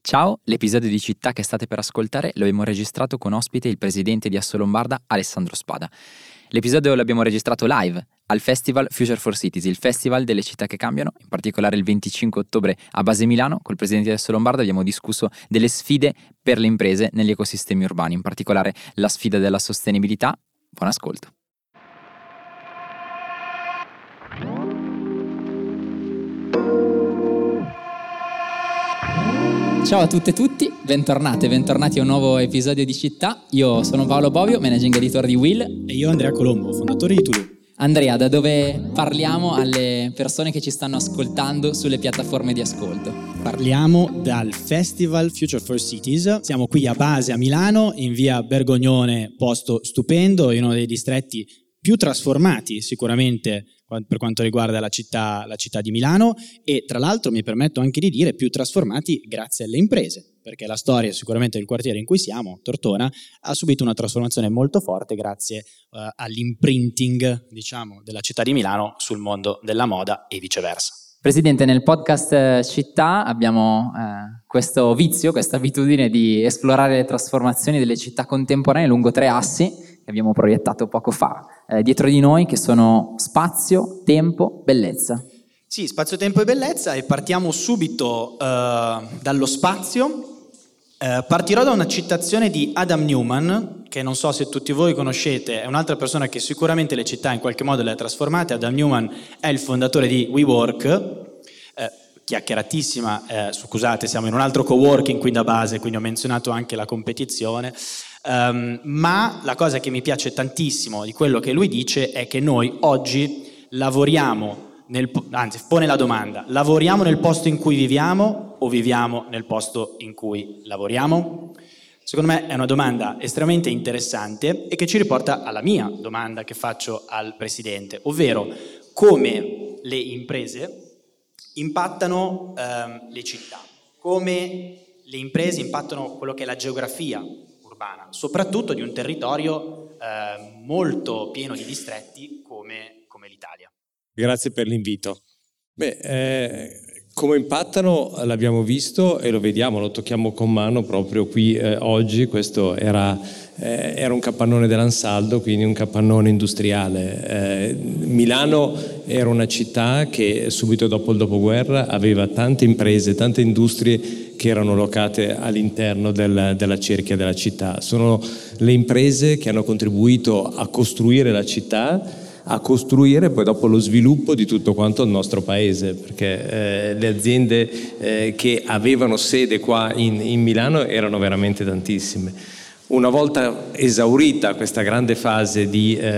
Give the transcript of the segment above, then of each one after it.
Ciao, l'episodio di Città che state per ascoltare lo abbiamo registrato con ospite il presidente di Assolombarda, Alessandro Spada. L'episodio l'abbiamo registrato live al Festival Future for Cities, il festival delle città che cambiano, in particolare il 25 ottobre a Base Milano. Col presidente di Assolombarda abbiamo discusso delle sfide per le imprese negli ecosistemi urbani, in particolare la sfida della sostenibilità. Buon ascolto. Ciao a tutte e tutti, bentornati a un nuovo episodio di Città. Io sono Paolo Bovio, managing editor di Will. E io Andrea Colombo, fondatore di Tulu. Andrea, da dove parliamo alle persone che ci stanno ascoltando sulle piattaforme di ascolto? Parliamo dal Festival Future for Cities. Siamo qui a Base a Milano, in via Bergognone, posto stupendo, in uno dei distretti più trasformati sicuramente per quanto riguarda la città di Milano, e tra l'altro mi permetto anche di dire più trasformati grazie alle imprese, perché la storia sicuramente del quartiere in cui siamo, Tortona, ha subito una trasformazione molto forte grazie all'imprinting, diciamo, della città di Milano sul mondo della moda e viceversa. Presidente, nel podcast Città abbiamo questo vizio, questa abitudine di esplorare le trasformazioni delle città contemporanee lungo 3 assi che abbiamo proiettato poco fa, dietro di noi, che sono spazio, tempo, bellezza. Sì, spazio, tempo e bellezza, e partiamo subito dallo spazio. Partirò da una citazione di Adam Newman, che non so se tutti voi conoscete, è un'altra persona che sicuramente le città in qualche modo le ha trasformate. Adam Newman è il fondatore di WeWork, chiacchieratissima, scusate, siamo in un altro coworking qui da Base, quindi ho menzionato anche la competizione, ma la cosa che mi piace tantissimo di quello che lui dice è che noi oggi lavoriamo pone la domanda: lavoriamo nel posto in cui viviamo o viviamo nel posto in cui lavoriamo? Secondo me è una domanda estremamente interessante e che ci riporta alla mia domanda che faccio al Presidente, ovvero come le imprese impattano le città, come le imprese impattano quello che è la geografia urbana, soprattutto di un territorio molto pieno di distretti come l'Italia. Grazie per l'invito. Come impattano l'abbiamo visto e lo vediamo, lo tocchiamo con mano proprio qui oggi. Questo era un capannone dell'Ansaldo, quindi un capannone industriale. Milano era una città che subito dopo il dopoguerra aveva tante imprese, tante industrie che erano locate all'interno della cerchia della città. Sono le imprese che hanno contribuito a costruire la città, a costruire poi dopo lo sviluppo di tutto quanto il nostro paese, perché le aziende che avevano sede qua in Milano erano veramente tantissime. Una volta esaurita questa grande fase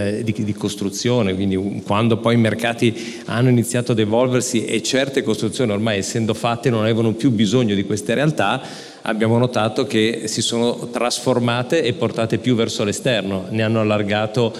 di costruzione, quindi quando poi i mercati hanno iniziato ad evolversi e certe costruzioni ormai essendo fatte non avevano più bisogno di queste realtà, abbiamo notato che si sono trasformate e portate più verso l'esterno, ne hanno allargato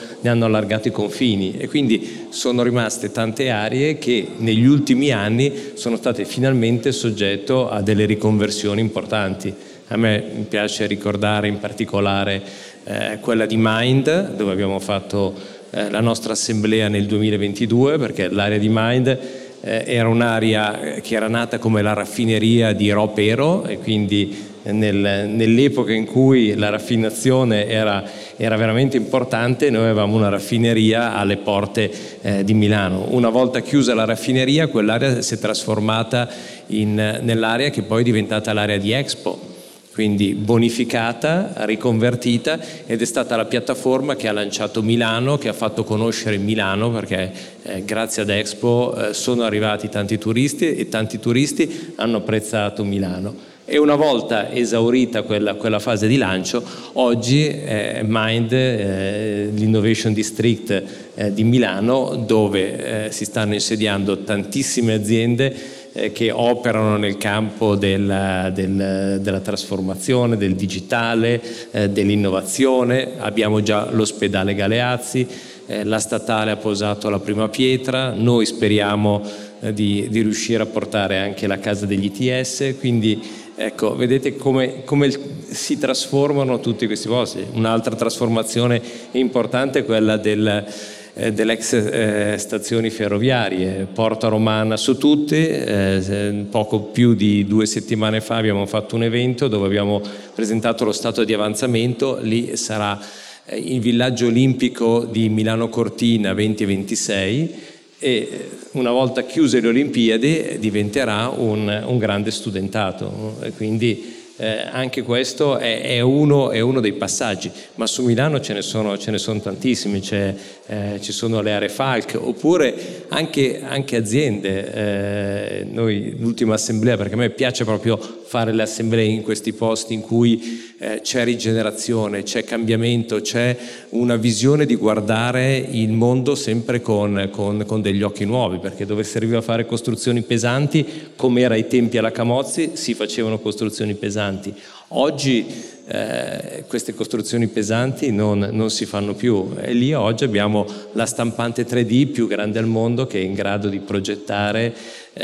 i confini, e quindi sono rimaste tante aree che negli ultimi anni sono state finalmente soggetto a delle riconversioni importanti. A me piace ricordare in particolare quella di Mind, dove abbiamo fatto la nostra assemblea nel 2022, perché l'area di Mind era un'area che era nata come la raffineria di Ropero, e quindi nell'epoca in cui la raffinazione era veramente importante, noi avevamo una raffineria alle porte di Milano. Una volta chiusa la raffineria, quell'area si è trasformata nell'area che poi è diventata l'area di Expo, quindi bonificata, riconvertita, ed è stata la piattaforma che ha lanciato Milano, che ha fatto conoscere Milano, perché grazie ad Expo sono arrivati tanti turisti e tanti turisti hanno apprezzato Milano. E una volta esaurita quella fase di lancio, oggi Mind, l'Innovation District di Milano, dove si stanno insediando tantissime aziende che operano nel campo della trasformazione, del digitale, dell'innovazione. Abbiamo già l'ospedale Galeazzi, la statale ha posato la prima pietra, noi speriamo di riuscire a portare anche la casa degli ITS, quindi ecco, vedete come si trasformano tutti questi posti. Un'altra trasformazione importante è quella delle ex stazioni ferroviarie, Porta Romana su tutte. Poco più di 2 settimane fa abbiamo fatto un evento dove abbiamo presentato lo stato di avanzamento. Lì sarà il villaggio olimpico di Milano Cortina 2026 e una volta chiuse le Olimpiadi diventerà un grande studentato, quindi anche questo è uno dei passaggi, ma su Milano ce ne sono tantissimi, ci sono le aree Falc, oppure anche aziende. Noi l'ultima assemblea, perché a me piace proprio fare le assemblee in questi posti in cui c'è rigenerazione, c'è cambiamento, c'è una visione di guardare il mondo sempre con degli occhi nuovi, perché dove serviva a fare costruzioni pesanti, come era ai tempi alla Camozzi, si facevano costruzioni pesanti. Oggi queste costruzioni pesanti non si fanno più, e lì oggi abbiamo la stampante 3D più grande al mondo, che è in grado di progettare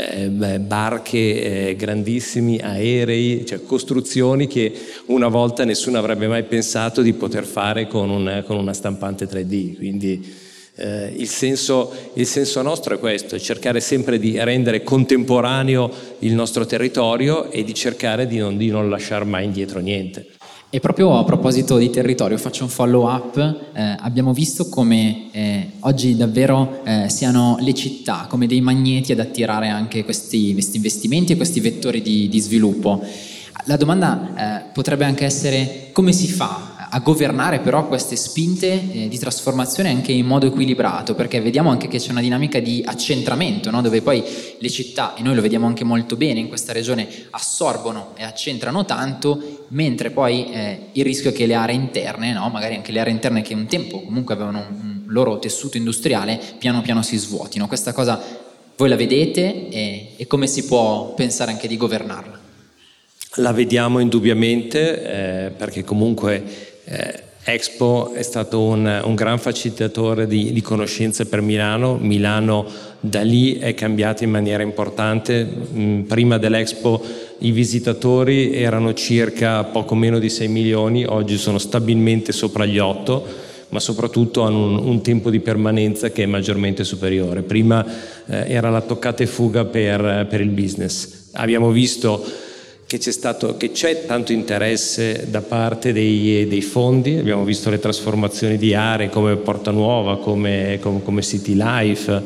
barche grandissimi, aerei, cioè costruzioni che una volta nessuno avrebbe mai pensato di poter fare con una stampante 3D. Quindi il senso nostro è questo, è cercare sempre di rendere contemporaneo il nostro territorio e di cercare di non lasciare mai indietro niente. E proprio a proposito di territorio faccio un follow up. Abbiamo visto come oggi davvero siano le città come dei magneti ad attirare anche questi investimenti e questi vettori di sviluppo. La domanda potrebbe anche essere: come si fa a governare però queste spinte di trasformazione anche in modo equilibrato? Perché vediamo anche che c'è una dinamica di accentramento, no? Dove poi le città, e noi lo vediamo anche molto bene in questa regione, assorbono e accentrano tanto, mentre poi il rischio è che le aree interne, no? Magari anche le aree interne che un tempo comunque avevano un loro tessuto industriale, piano piano si svuotino. Questa cosa voi la vedete e come si può pensare anche di governarla? La vediamo indubbiamente, perché comunque Expo è stato un gran facilitatore di conoscenze per Milano. Milano da lì è cambiata in maniera importante. Prima dell'Expo i visitatori erano circa poco meno di 6 milioni, oggi sono stabilmente sopra gli 8, ma soprattutto hanno un tempo di permanenza che è maggiormente superiore. Prima era la toccata e fuga per il business. Abbiamo visto che c'è tanto interesse da parte dei fondi. Abbiamo visto le trasformazioni di aree come Porta Nuova, come City Life,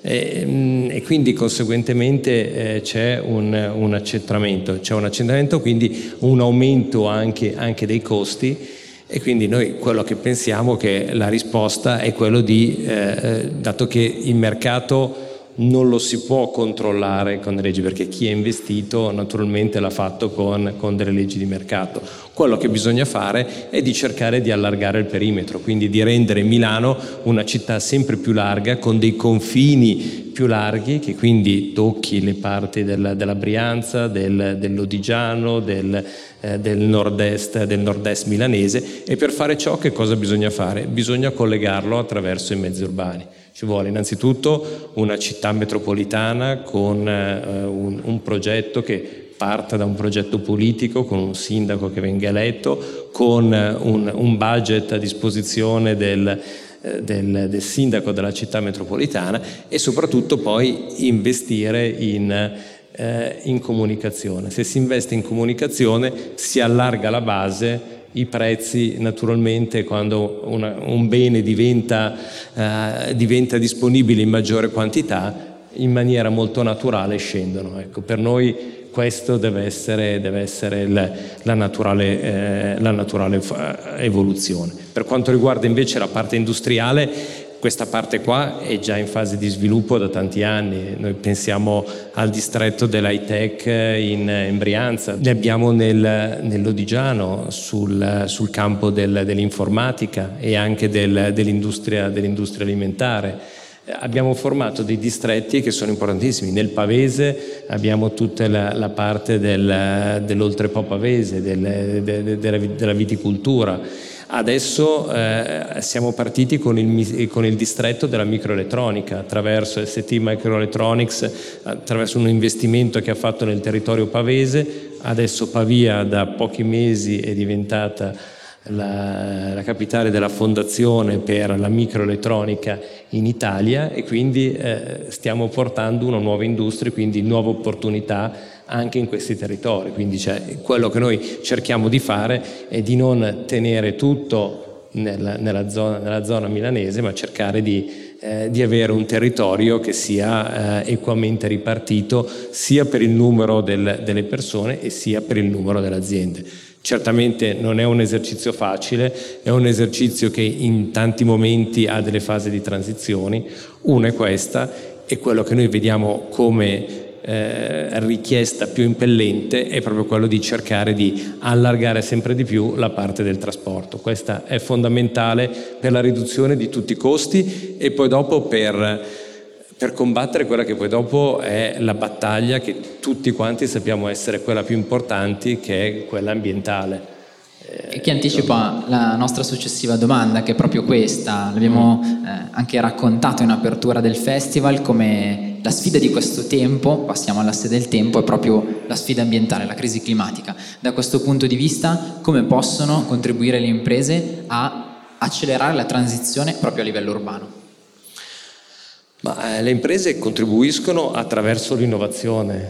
e quindi conseguentemente c'è un accentramento, quindi un aumento anche dei costi. E quindi noi quello che pensiamo che la risposta è quello dato che il mercato non lo si può controllare con le leggi, perché chi ha investito naturalmente l'ha fatto con delle leggi di mercato. Quello che bisogna fare è di cercare di allargare il perimetro, quindi di rendere Milano una città sempre più larga, con dei confini più larghi, che quindi tocchi le parti della Brianza, dell'Odigiano, del nord-est milanese. E per fare ciò che cosa bisogna fare? Bisogna collegarlo attraverso i mezzi urbani. Ci vuole innanzitutto una città metropolitana con un progetto che parta da un progetto politico, con un sindaco che venga eletto, con un budget a disposizione del sindaco della città metropolitana, e soprattutto poi investire in comunicazione. Se si investe in comunicazione si allarga la base. I prezzi naturalmente, quando un bene diventa disponibile in maggiore quantità, in maniera molto naturale scendono. Ecco, per noi questo deve essere la naturale evoluzione. Per quanto riguarda invece la parte industriale, questa parte qua è già in fase di sviluppo da tanti anni. Noi pensiamo al distretto dell'high tech in Brianza, ne abbiamo nell'Odigiano sul campo dell'informatica e anche dell'industria alimentare. Abbiamo formato dei distretti che sono importantissimi. Nel Pavese abbiamo tutta la parte dell'Oltrepo Pavese, della viticoltura. Adesso siamo partiti con il distretto della microelettronica attraverso ST Microelectronics, attraverso un investimento che ha fatto nel territorio pavese. Adesso Pavia da pochi mesi è diventata la capitale della fondazione per la microelettronica in Italia, e quindi stiamo portando una nuova industria, quindi nuove opportunità anche in questi territori. Quindi quello che noi cerchiamo di fare è di non tenere tutto nella zona milanese, ma cercare di avere un territorio che sia equamente ripartito sia per il numero delle persone e sia per il numero delle aziende. Certamente non è un esercizio facile, è un esercizio che in tanti momenti ha delle fasi di transizioni. Una è questa, e quello che noi vediamo come richiesta più impellente è proprio quello di cercare di allargare sempre di più la parte del trasporto. Questa è fondamentale per la riduzione di tutti i costi e poi dopo per combattere quella che poi dopo è la battaglia che tutti quanti sappiamo essere quella più importante, che è quella ambientale. E che anticipa la nostra successiva domanda, che è proprio questa. L'abbiamo anche raccontato in apertura del festival, come la sfida di questo tempo, passiamo all'asse del tempo, è proprio la sfida ambientale, la crisi climatica. Da questo punto di vista, come possono contribuire le imprese a accelerare la transizione proprio a livello urbano? Ma le imprese contribuiscono attraverso l'innovazione.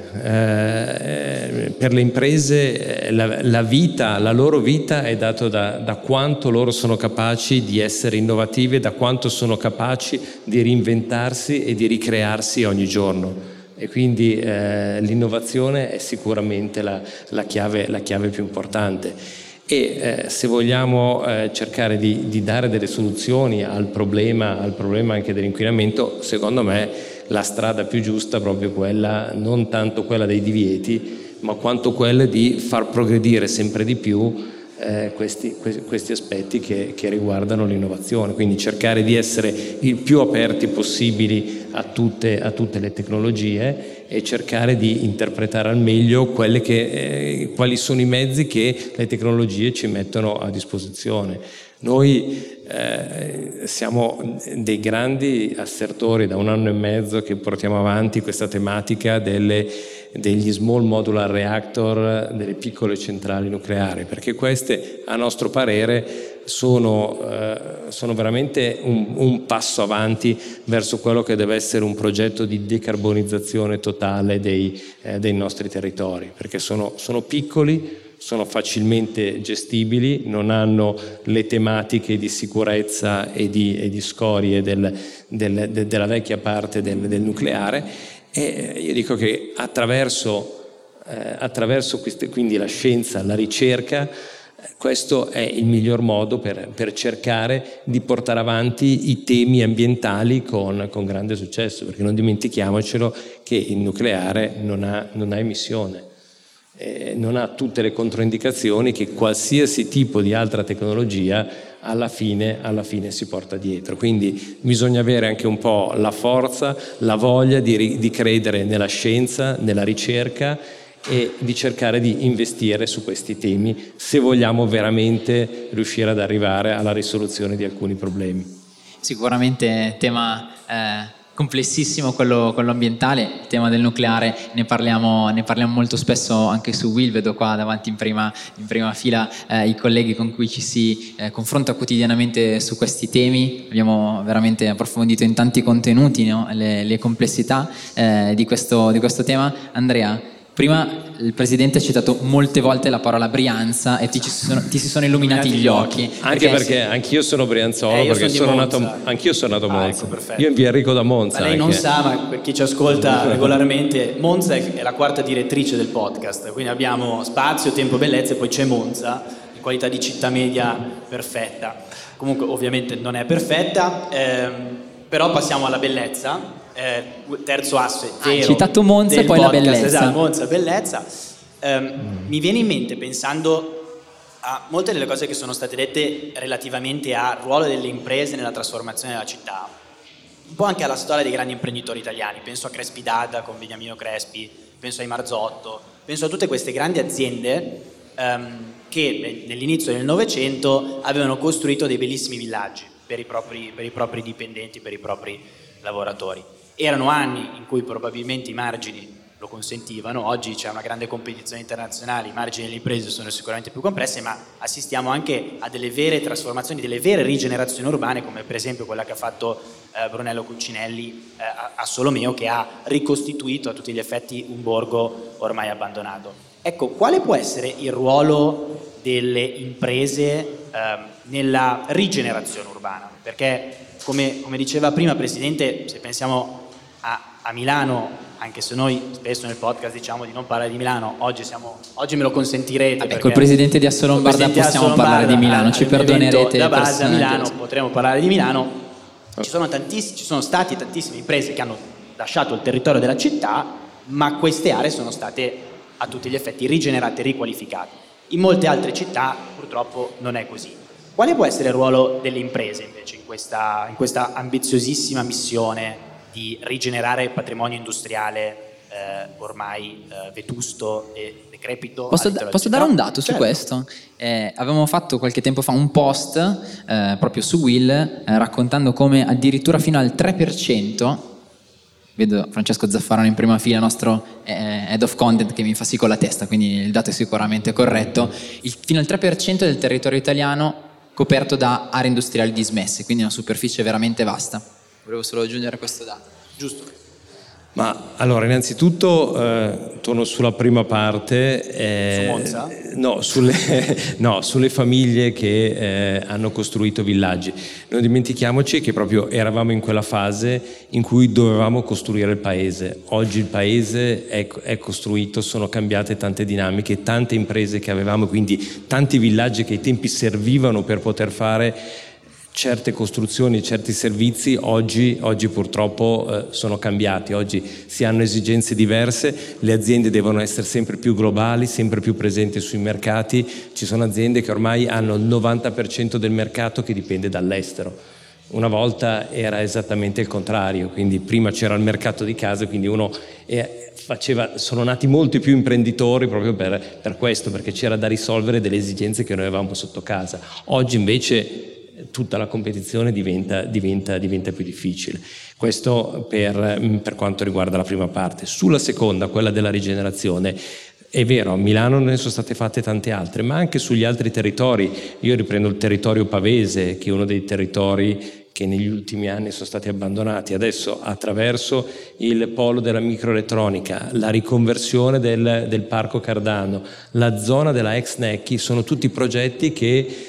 Per le imprese la loro vita è data da quanto loro sono capaci di essere innovative, da quanto sono capaci di reinventarsi e di ricrearsi ogni giorno. E quindi l'innovazione è sicuramente la chiave più importante. E se vogliamo cercare di dare delle soluzioni al problema anche dell'inquinamento, secondo me la strada più giusta è proprio quella, non tanto quella dei divieti, ma quanto quella di far progredire sempre di più questi aspetti che riguardano l'innovazione. Quindi cercare di essere il più aperti possibili a tutte le tecnologie e cercare di interpretare al meglio quali sono i mezzi che le tecnologie ci mettono a disposizione. Noi siamo dei grandi assertori, da 1 anno e mezzo che portiamo avanti questa tematica degli small modular reactor, delle piccole centrali nucleari, perché queste, a nostro parere, sono veramente un passo avanti verso quello che deve essere un progetto di decarbonizzazione totale dei nostri territori, perché sono piccoli, sono facilmente gestibili, non hanno le tematiche di sicurezza e di scorie della vecchia parte del nucleare. E io dico che attraverso quindi la scienza, la ricerca, questo è il miglior modo per cercare di portare avanti i temi ambientali con grande successo, perché non dimentichiamocelo che il nucleare non ha emissione, non ha tutte le controindicazioni che qualsiasi tipo di altra tecnologia alla fine si porta dietro. Quindi bisogna avere anche un po' la forza, la voglia di credere nella scienza, nella ricerca e di cercare di investire su questi temi se vogliamo veramente riuscire ad arrivare alla risoluzione di alcuni problemi. Sicuramente tema complessissimo quello ambientale, il tema del nucleare ne parliamo molto spesso anche su Will. Vedo qua davanti in prima fila i colleghi con cui ci si confronta quotidianamente su questi temi. Abbiamo veramente approfondito in tanti contenuti, no? le complessità di questo tema. Andrea, prima il Presidente ha citato molte volte la parola Brianza e ti si sono illuminati gli occhi. Anche perché anch'io sono brianzolo, perché anch'io sono nato a Monza. Ecco, io in via Enrico da Monza. Ma lei non sa, ma per chi ci ascolta regolarmente, Monza è la quarta direttrice del podcast, quindi abbiamo spazio, tempo, bellezza, e poi c'è Monza, in qualità di città media perfetta. Comunque ovviamente non è perfetta, però passiamo alla bellezza. Terzo asse, hai citato Monza e poi podcast, la bellezza. Esatto, Monza, bellezza. Mi viene in mente, pensando a molte delle cose che sono state dette relativamente al ruolo delle imprese nella trasformazione della città, un po' anche alla storia dei grandi imprenditori italiani. Penso a Crespi Dada con Beniamino Crespi, penso ai Marzotto, penso a tutte queste grandi aziende che nell'inizio del Novecento avevano costruito dei bellissimi villaggi per i propri dipendenti, per i propri lavoratori. Erano anni in cui probabilmente i margini lo consentivano. Oggi c'è una grande competizione internazionale, i margini delle imprese sono sicuramente più complessi, ma assistiamo anche a delle vere trasformazioni, delle vere rigenerazioni urbane, come per esempio quella che ha fatto Brunello Cucinelli a Solomeo, che ha ricostituito a tutti gli effetti un borgo ormai abbandonato. Ecco, quale può essere il ruolo delle imprese nella rigenerazione urbana? Perché, come diceva prima Presidente, se pensiamo a Milano, anche se noi spesso nel podcast diciamo di non parlare di Milano, oggi me lo consentirete. Col Presidente di Assolombarda possiamo parlare di Milano, ci perdonerete. Da base a Milano potremo parlare di Milano. Ci sono state tantissime imprese che hanno lasciato il territorio della città, ma queste aree sono state a tutti gli effetti rigenerate e riqualificate. In molte altre città purtroppo non è così. Quale può essere il ruolo delle imprese invece in questa ambiziosissima missione di rigenerare patrimonio industriale ormai vetusto e decrepito? Posso dare un dato su questo? Avevamo fatto qualche tempo fa un post proprio su Will raccontando come addirittura fino al 3%, vedo Francesco Zaffarano in prima fila, nostro head of content, che mi fa sì con la testa, quindi il dato è sicuramente corretto, fino al 3% del territorio italiano coperto da aree industriali dismesse, quindi una superficie veramente vasta. Volevo solo aggiungere questo dato. Giusto. Ma allora, innanzitutto torno sulla prima parte. Su Monza? No, sulle famiglie che hanno costruito villaggi. Non dimentichiamoci che proprio eravamo in quella fase in cui dovevamo costruire il paese. Oggi il paese è costruito, sono cambiate tante dinamiche, tante imprese che avevamo, quindi tanti villaggi che ai tempi servivano per poter fare certe costruzioni, certi servizi, oggi purtroppo sono cambiati, oggi si hanno esigenze diverse, le aziende devono essere sempre più globali, sempre più presenti sui mercati, ci sono aziende che ormai hanno il 90% del mercato che dipende dall'estero. Una volta era esattamente il contrario, quindi prima c'era il mercato di casa, quindi sono nati molti più imprenditori proprio per questo, perché c'era da risolvere delle esigenze che noi avevamo sotto casa. Oggi invece tutta la competizione diventa più difficile. Questo per quanto riguarda la prima parte. Sulla seconda, quella della rigenerazione, è vero, a Milano ne sono state fatte tante altre, ma anche sugli altri territori. Io riprendo il territorio pavese, che è uno dei territori che negli ultimi anni sono stati abbandonati. Adesso, attraverso il polo della microelettronica, la riconversione del parco Cardano, la zona della ex Necchi, sono tutti progetti che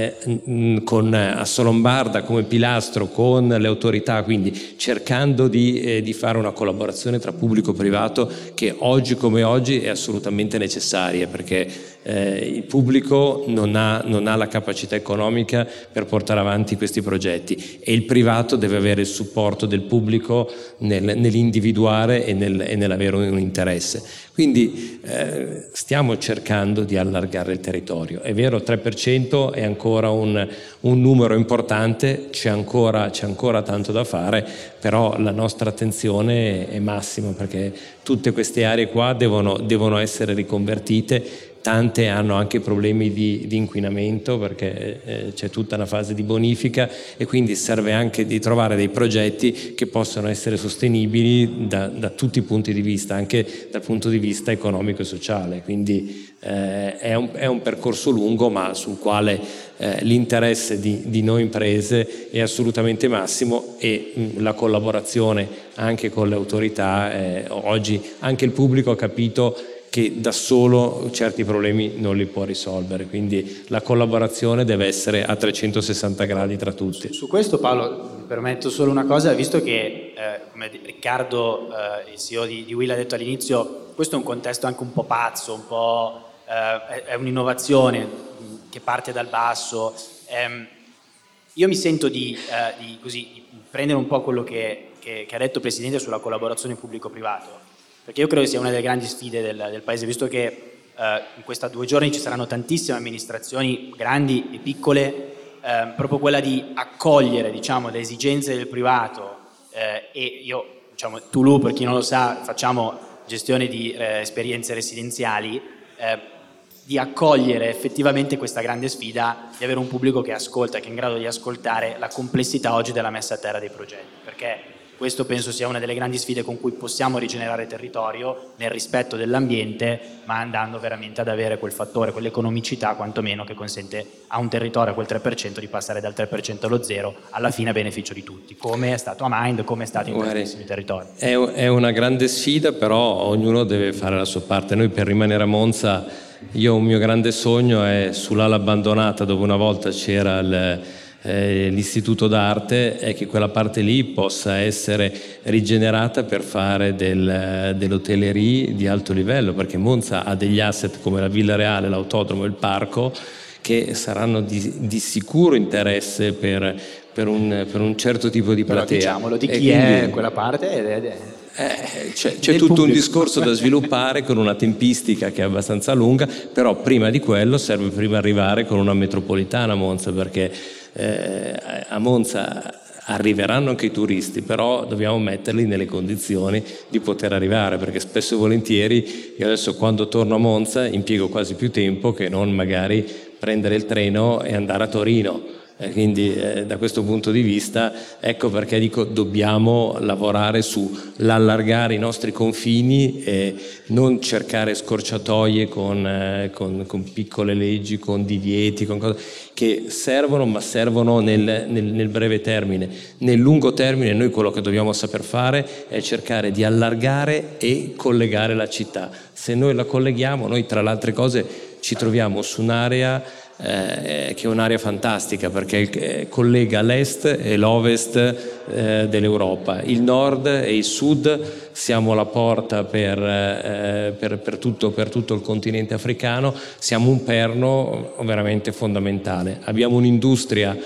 con Assolombarda come pilastro, con le autorità, quindi cercando di fare una collaborazione tra pubblico e privato che oggi come oggi è assolutamente necessaria, perché il pubblico non ha la capacità economica per portare avanti questi progetti e il privato deve avere il supporto del pubblico nell'individuare e nell'avere un interesse. Quindi stiamo cercando di allargare il territorio. È vero, 3% è ancora un numero importante, c'è ancora tanto da fare, però la nostra attenzione è massima, perché tutte queste aree qua devono essere riconvertite. Tante hanno anche problemi di inquinamento, perché c'è tutta una fase di bonifica, e quindi serve anche di trovare dei progetti che possano essere sostenibili da tutti i punti di vista, anche dal punto di vista economico e sociale. Quindi è un percorso lungo, ma sul quale l'interesse di noi imprese è assolutamente massimo, e la collaborazione anche con le autorità. Oggi anche il pubblico ha capito che da solo certi problemi non li può risolvere, quindi la collaborazione deve essere a 360 gradi tra tutti. Su questo, Paolo, mi permetto solo una cosa, visto che come Riccardo, il CEO di Will, ha detto all'inizio, questo è un contesto anche un po' pazzo, un po' è un'innovazione che parte dal basso. Io mi sento di prendere un po' quello che ha detto il Presidente sulla collaborazione pubblico-privato, perché io credo che sia una delle grandi sfide del Paese, visto che in questi 2 giorni ci saranno tantissime amministrazioni grandi e piccole, proprio quella di accogliere, diciamo, le esigenze del privato, e io, diciamo, Toulouse, per chi non lo sa, facciamo gestione di esperienze residenziali, di accogliere effettivamente questa grande sfida di avere un pubblico che ascolta, che è in grado di ascoltare la complessità oggi della messa a terra dei progetti, perché Questo penso sia una delle grandi sfide con cui possiamo rigenerare territorio nel rispetto dell'ambiente, ma andando veramente ad avere quel fattore, quell'economicità quantomeno che consente a un territorio, a quel 3%, di passare dal 3% allo 0%, alla fine a beneficio di tutti, come è stato a Mind, come è stato in tantissimi territori. È una grande sfida, però ognuno deve fare la sua parte. Noi, per rimanere a Monza, un mio grande sogno è sull'ala abbandonata dove una volta c'era l'istituto d'arte, è che quella parte lì possa essere rigenerata per fare dell'hotellerie di alto livello, perché Monza ha degli asset come la Villa Reale, l'autodromo e il parco che saranno di sicuro interesse per un certo tipo di platea. Però diciamolo di chi è quella parte c'è tutto pubblico. Un discorso da sviluppare con una tempistica che è abbastanza lunga, però prima di quello serve prima arrivare con una metropolitana a Monza, perché a Monza arriveranno anche i turisti, però dobbiamo metterli nelle condizioni di poter arrivare, perché spesso e volentieri io adesso quando torno a Monza impiego quasi più tempo che non magari prendere il treno e andare a Torino. Quindi da questo punto di vista ecco perché dico dobbiamo lavorare sull'allargare i nostri confini e non cercare scorciatoie con piccole leggi, con divieti, con cose che servono, ma servono nel breve termine. Nel lungo termine noi quello che dobbiamo saper fare è cercare di allargare e collegare la città. Se noi la colleghiamo, noi tra le altre cose ci troviamo su un'area che è un'area fantastica, perché collega l'est e l'ovest dell'Europa, il nord e il sud, siamo la porta per tutto il continente africano, siamo un perno veramente fondamentale. Abbiamo un'industria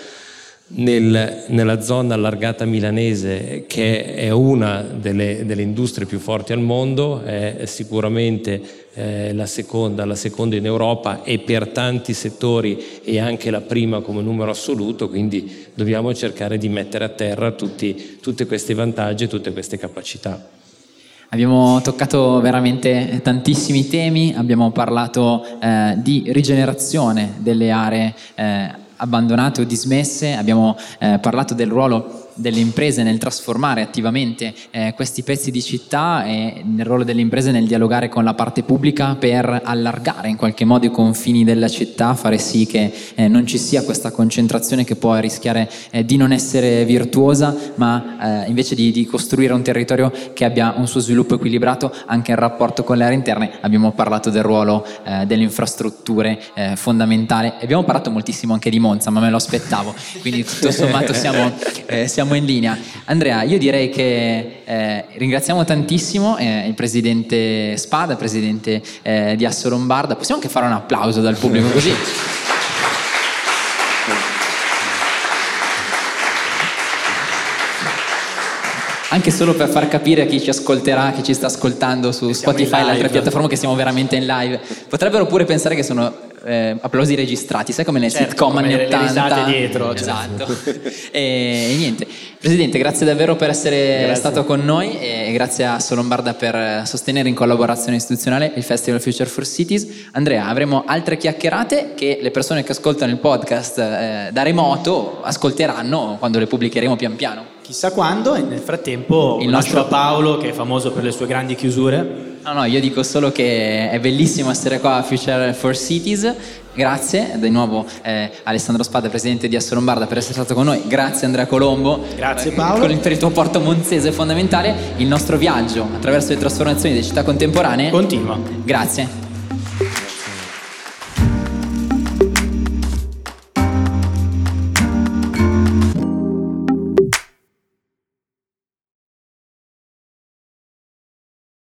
nella zona allargata milanese che è una delle industrie più forti al mondo, è sicuramente la seconda in Europa e per tanti settori è anche la prima come numero assoluto, quindi dobbiamo cercare di mettere a terra tutti questi vantaggi e tutte queste capacità. Abbiamo toccato veramente tantissimi temi, abbiamo parlato di rigenerazione delle aree abbandonate o dismesse, abbiamo parlato del ruolo delle imprese nel trasformare attivamente questi pezzi di città e nel ruolo delle imprese nel dialogare con la parte pubblica per allargare in qualche modo i confini della città, fare sì che non ci sia questa concentrazione che può rischiare di non essere virtuosa, ma invece di costruire un territorio che abbia un suo sviluppo equilibrato anche in rapporto con le aree interne. Abbiamo parlato del ruolo delle infrastrutture fondamentale e abbiamo parlato moltissimo anche di Monza, ma me lo aspettavo, quindi tutto sommato siamo in linea. Andrea, io direi che ringraziamo tantissimo il presidente Spada, presidente di Assolombarda. Possiamo anche fare un applauso dal pubblico così? Anche solo per far capire a chi ci ascolterà, chi ci sta ascoltando su Spotify e le altre piattaforme che siamo veramente in live. Potrebbero pure pensare che sono applausi registrati, sai come nel sitcom anni 80, le risate dietro, esatto. E niente, Presidente, grazie davvero per essere stato con noi e grazie a Assolombarda per sostenere in collaborazione istituzionale il Festival Future for Cities. Andrea, avremo altre chiacchierate che le persone che ascoltano il podcast da remoto ascolteranno quando le pubblicheremo pian piano. Chissà quando, e nel frattempo il nostro Paolo, che è famoso per le sue grandi chiusure. No, io dico solo che è bellissimo essere qua a Future for Cities. Grazie di nuovo Alessandro Spada, presidente di Assolombarda, per essere stato con noi. Grazie Andrea Colombo. Grazie Paolo. Per il tuo apporto monzese fondamentale. Il nostro viaggio attraverso le trasformazioni delle città contemporanee continua. Grazie.